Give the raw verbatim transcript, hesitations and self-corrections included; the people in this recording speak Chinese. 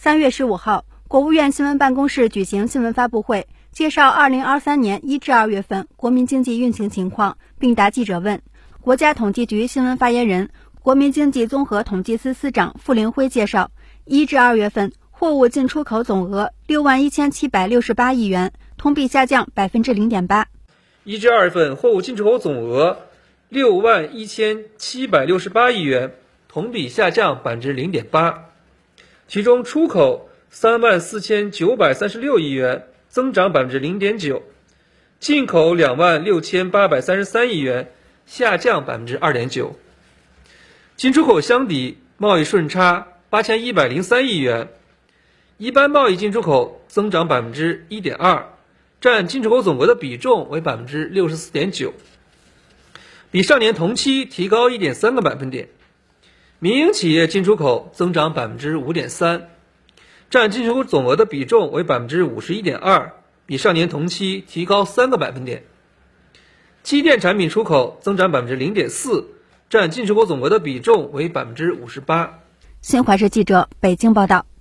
三月十五号，国务院新闻办公室举行新闻发布会，介绍二零二三年一至二月份国民经济运行情况，并答记者问。国家统计局新闻发言人、国民经济综合统计司司长傅凌辉介绍，一至二月份货物进出口总额六万一千七百六十八亿元，同比下降百分之零点八。 一至二月份货物进出口总额六万一千七百六十八亿元，同比下降百分之零点八。其中出口三万四千九百三十六亿元，增长百分之零点九；进口两万六千八百三十三亿元，下降百分之二点九。进出口相抵，贸易顺差八千一百零三亿元，一般贸易进出口增长百分之一点二，占进出口总额的比重为百分之六十四点九，比上年同期提高一点三个百分点。民营企业进出口增长百分之五点三，占进出口总额的比重为百分之五十一点二，比上年同期提高三个百分点。机电产品出口增长百分之零点四，占进出口总额的比重为百分之五十八。 新华社记者北京报道。